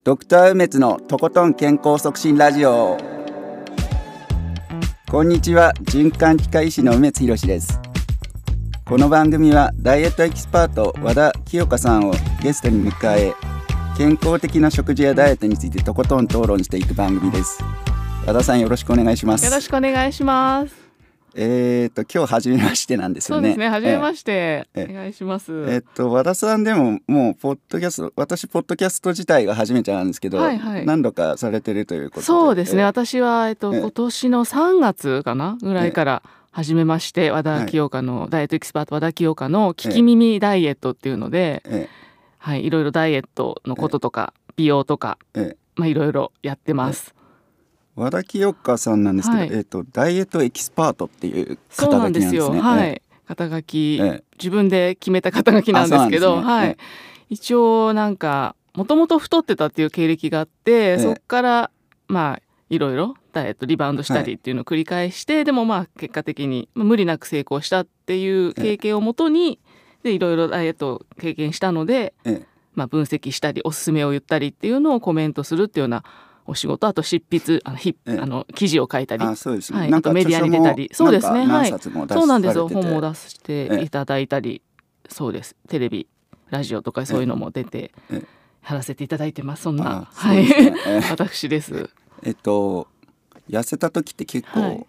ドクター梅津のとことん健康促進ラジオ。こんにちは、循環器科医師の梅津博です。この番組はダイエットエキスパート和田清香さんをゲストに迎え、健康的な食事やダイエットについてとことん討論していく番組です。和田さん、よろしくお願いします。 よろしくお願いします。 今日初めましてなんですよね。 そうですね、初めまして、お願いします。 和田さんでももうポッドキャスト、私ポッドキャスト自体が初めてなんですけど、何度かされてるということで。 そうですね、私は、今年の3月かなぐらいから始めまして、和田清香の、ダイエットエキスパート和田清香の聞き耳ダイエットっていうので、いろいろダイエットのこととか、美容とか、いろいろやってます。 和田清香さんなんですけど、ダイエットエキスパートっていう肩書きなんですね。 そうなんですよ。肩書き、自分で決めた肩書きなんですけど、一応なんかもともと太ってたっていう経歴があって、そこからいろいろダイエットリバウンドしたりっていうのを繰り返して、でも結果的に無理なく成功したっていう経験をもとに、でいろいろダイエットを経験したので、分析したりおすすめを言ったりっていうのをコメントするっていうようなお仕事、あと執筆、記事を書いたり、あとメディアに出たり、そうですね、そうなんですよ、本も出していただいたり、そうです、テレビラジオとかそういうのも出てやらせていただいてます。そんな私です。 痩せた時って結構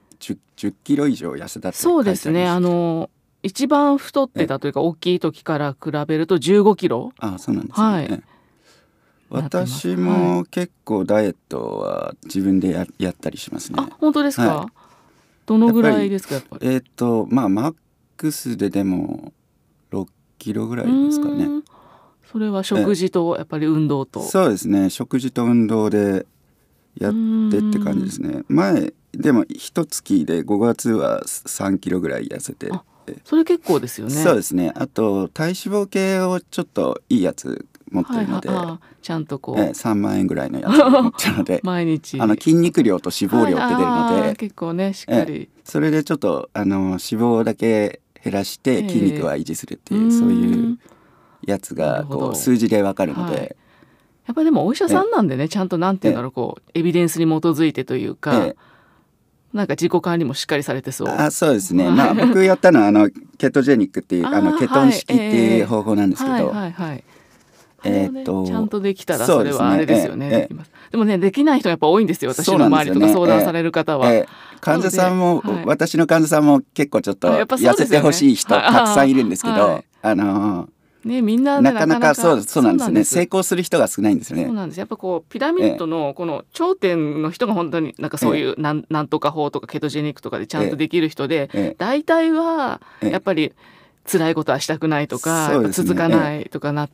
10キロ以上痩せたって書いてありました。 そうですね、一番太ってたというか大きい時から比べると15キロ。 そうなんですね。私も結構ダイエットは自分で やったりしますね。 本当ですか。どのぐらいですか。やっぱりマックスでも6キロぐらいですかね。 それは食事とやっぱり運動と。 そうですね、食事と運動でやってって感じですね。前でも一月で5月は3キロぐらい痩せて、 それ結構ですよね。 そうですね。あと体脂肪計をちょっといいやつ持ってるので、 ちゃんとこう、 3万円ぐらいのやつを持ってるので毎日筋肉量と脂肪量って出るので、 結構ねしっかり、 それでちょっと脂肪だけ減らして筋肉は維持するっていう、そういうやつがこう数字でわかるので、 やっぱりでもお医者さんなんでね、ちゃんとなんていうんだろう、こうエビデンスに基づいてというか、なんか自己管理もしっかりされてそう。 そうですね。僕やったのはケトジェニックっていうケトン式っていう方法なんですけど、 ちゃんとできたらそれはあれですよね。できます。でもね、できない人がやっぱ多いんですよ。私の周りとか相談される方は。 患者さんも、私の患者さんも結構ちょっと痩せてほしい人たくさんいるんですけど、 みんななかなかそうなんですね。成功する人が少ないんですよね。 そうなんです。やっぱこうピラミッドのこの頂点の人が本当になんかそういうなんとか法とかケトジェニックとかでちゃんとできる人で、大体はやっぱり辛いことはしたくないとか、続かないとかなって、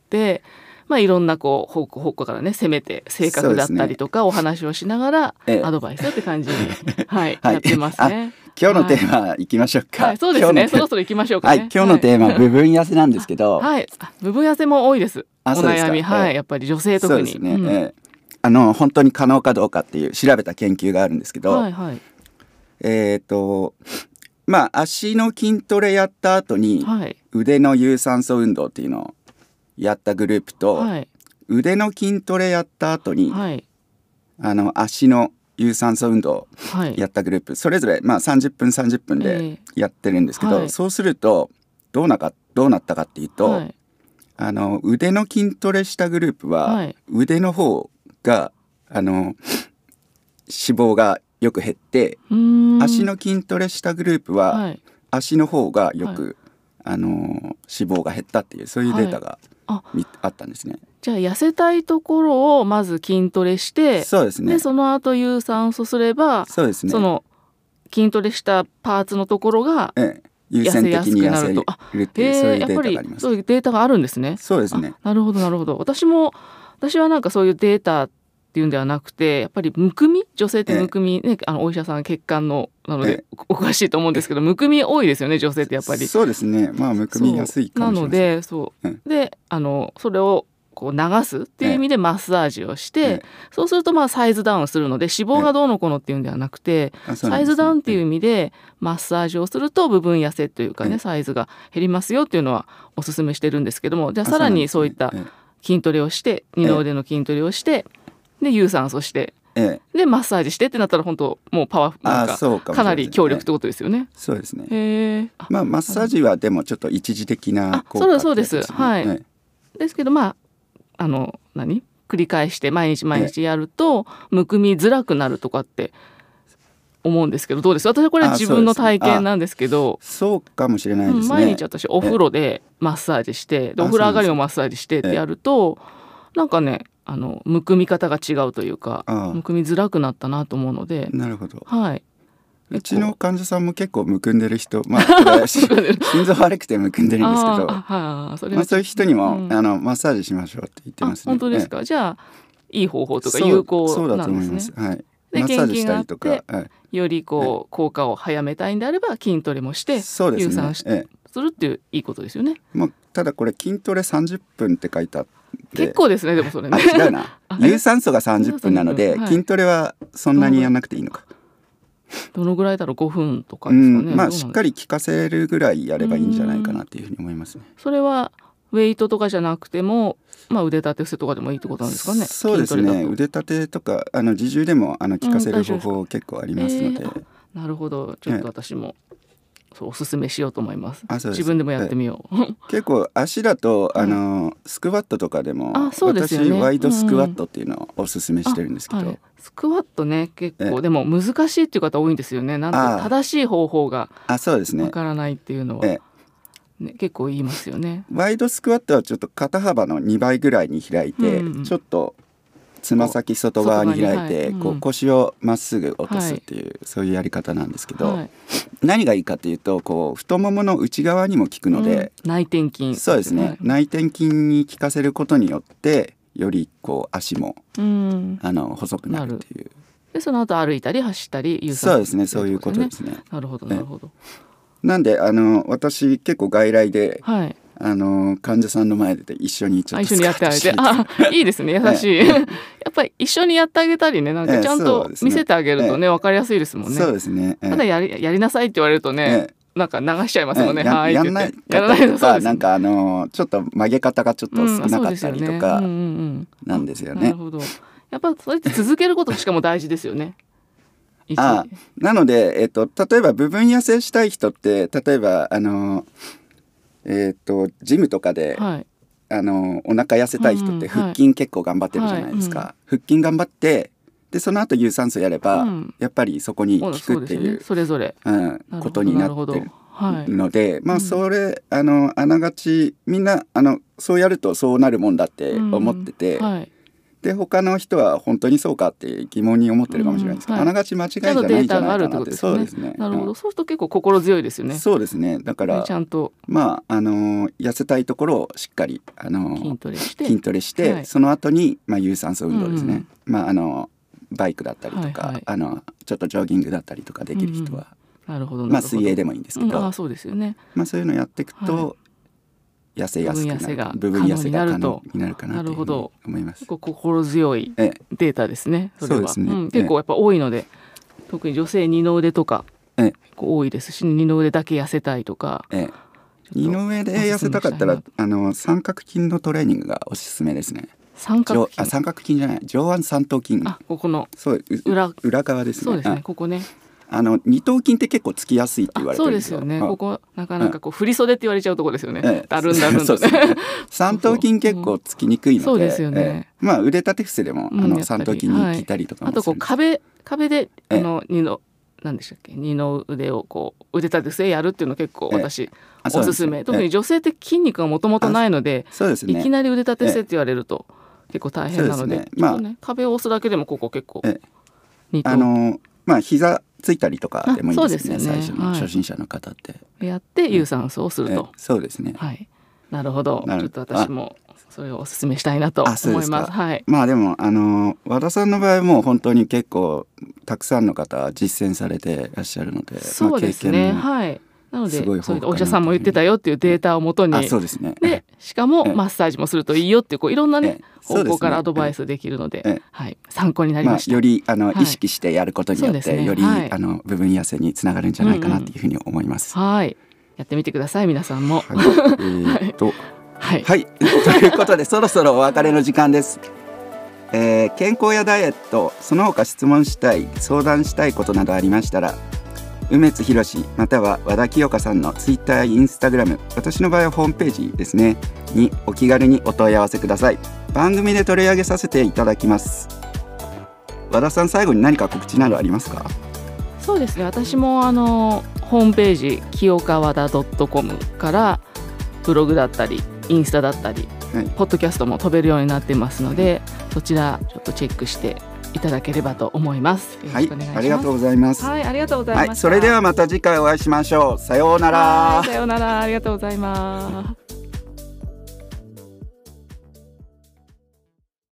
いろんなこう方向からね攻めて性格だったりとかお話をしながらアドバイスって感じにやってますね。 今日のテーマいきましょうか。 そうですね、そろそろいきましょうかね。 今日のテーマ部分痩せなんですけど、 部分痩せも多いです。お悩み、やっぱり女性特に。 そうですね。本当に可能かどうかっていう調べた研究があるんですけど、足の筋トレやった後に腕の有酸素運動っていうのをやったグループと、腕の筋トレやった後に足の有酸素運動をやったグループ、それぞれ30分30分でやってるんですけど、そうするとどうなったかっていうと、腕の筋トレしたグループは腕の方が脂肪がよく減って、足の筋トレしたグループは足の方がよく脂肪が減ったっていう、そういうデータがあったんですね。 じゃあ痩せたいところをまず筋トレして、 そうですね。 でその後有酸素すれば、そうですね、その筋トレしたパーツのところが優先的に痩せるっていう、そういうデータがあります。 そういうデータがあるんですね。 そうですね。 なるほどなるほど。私はなんかそういうデータっていうんではなくて、やっぱりむくみ、女性ってむくみね、お医者さん血管のなのでお詳しいと思うんですけど、むくみ多いですよね、女性ってやっぱり。 そうですね。むくみやすいかもしれない。 なのででそれをこう流すっていう意味でマッサージをして、そうするとサイズダウンするので、脂肪がどうのこうのっていうんではなくて、サイズダウンっていう意味でマッサージをすると部分痩せというかね、サイズが減りますよっていうのはおすすめしてるんですけども、じゃあさらにそういった筋トレをして二の腕の筋トレをして、で有酸素して、でマッサージしてってなったら本当もうパワフルなんかなり強力ってことですよね。 そうですね。マッサージはでもちょっと一時的な効果、 そうです。はい。ですけど繰り返して毎日やるとむくみづらくなるとかって思うんですけど、どうです？私はこれ自分の体験なんですけど、 そうかもしれないですね。 毎日私お風呂でマッサージしてでお風呂上がりもマッサージしてってやるとなんかねむくみ方が違うというかむくみづらくなったなと思うので。 なるほど。 はい。 うちの患者さんも結構むくんでる人、心臓悪くてむくんでるんですけど、そういう人にも、マッサージしましょうって言ってますね。 本当ですか？じゃあいい方法とか有効なんですね。 そうだと思います。はい。マッサージしたりとか、 より効果を早めたいんであれば筋トレもして有酸素するっていういいことですよね。 ただこれ筋トレ30分って書いてあって結構ですね。でもそれね。 違うな。有酸素が30分なので筋トレはそんなにやんなくていいのか。 どのぐらいだろう？5分とかですかね。 しっかり効かせるぐらいやればいいんじゃないかなっていうふうに思いますね。 それはウェイトとかじゃなくても、腕立て伏せとかでもいいってことなんですかね。 そうですね。腕立てとか自重でも効かせる方法結構ありますので。 なるほど。ちょっと私もおすすめしようと思います。自分でもやってみよう。 結構足だとスクワットとかでも私ワイドスクワットっていうのをおすすめしてるんですけど、 スクワットね結構でも難しいっていう方多いんですよね。なんて正しい方法がわからないっていうのは結構言いますよね。 ワイドスクワットはちょっと肩幅の2倍ぐらいに開いて、ちょっとつま先外側に開いて腰をまっすぐ落とすっていうそういうやり方なんですけど、何がいいかというと太ももの内側にも効くので、 内転筋。 そうですね。内転筋に効かせることによってより足も細くなるっていう。 でその後歩いたり走ったり有酸素。そうですね。そういうことですね。 なるほどなるほど。 なんで私結構外来で、患者さんの前で一緒にちょっと一緒にやってあげて、いいですね。優しい。やっぱり一緒にやってあげたりね、なんかちゃんと見せてあげるとね、分かりやすいですもんね。 そうですね。 ただやりなさいって言われるとね、なんか流しちゃいますよね。 やらないとか、なんかちょっと曲げ方がちょっと少なかったりとかなんですよね。 なるほど。やっぱそれって続けることしかも大事ですよね。 なので、例えば部分痩せしたい人って例えばジムとかで、お腹痩せたい人って腹筋結構頑張ってるじゃないですか。腹筋頑張ってでその後有酸素やれば、やっぱりそこに効くっていうそれぞれことになってるので、それあながちみんなそうやるとそうなるもんだって思ってて。で他の人は本当にそうかって疑問に思ってるかもしれないですけど、あながち間違いじゃないんじゃないかなって。そうですね。 なるほど。そうすると結構心強いですよね。 そうですね。だからちゃんと痩せたいところをしっかり筋トレして、その後に有酸素運動ですね。バイクだったりとかちょっとジョギングだったりとかできる人は、水泳でもいいんですけど、 そうですよね。 そういうのやっていくと。痩せやすくなる、部分痩せが可能になるかなというふうに思います。 心強いデータですね。それは結構やっぱ多いので、特に女性二の腕とか多いですし、二の腕だけ痩せたいとか、 二の腕で痩せたかったら三角筋のトレーニングがおすすめですね。 三角筋じゃない、上腕三頭筋。 ここの裏側ですね。 そうですね。ここね。 二頭筋って結構つきやすいって言われてるんですよ。 そうですよね。ここなかなか振り袖って言われちゃうとこですよね。だるんだるんとね。 三頭筋結構つきにくいので、 そうですよね。 腕立て伏せでも三頭筋に効いたりとかもする。 あと壁で何でしたっけ、二の腕を腕立て伏せやるっていうの結構私おすすめ。特に女性って筋肉がもともとないので、いきなり腕立て伏せって言われると結構大変なので、壁を押すだけでもここ結構膝ついたりとかでもいいですね。最初の初心者の方ってやって有酸素をすると。 そうですね。 なるほど。ちょっと私もそれをお勧めしたいなと思います。 でも和田さんの場合も本当に結構たくさんの方実践されていらっしゃるので、 そうですね。なのでお医者さんも言ってたよっていうデータをもとに、でしかもマッサージもするといいよっていういろんなね方向からアドバイスできるので、参考になりました。 より意識してやることによってより部分痩せにつながるんじゃないかなっていうふうに思います。 やってみてください皆さんも。 はい、 はい、ということでそろそろお別れの時間です。健康やダイエット、その他質問したい、相談したいことなどありましたら、梅津博または和田清香さんのツイッターやインスタグラム、私の場合はホームページですねにお気軽にお問い合わせください。番組で取り上げさせていただきます。和田さん、最後に何か告知などありますか？ そうですね、私もホームページ清川田 .com からブログだったりインスタだったり、はい、ポッドキャストも飛べるようになってますので、そちらちょっとチェックしていただければと思います。よろしくお願いします。 はい、ありがとうございます。 はい、ありがとうございました。 はい、それではまた次回お会いしましょう。さようなら。 さようなら。ありがとうございます。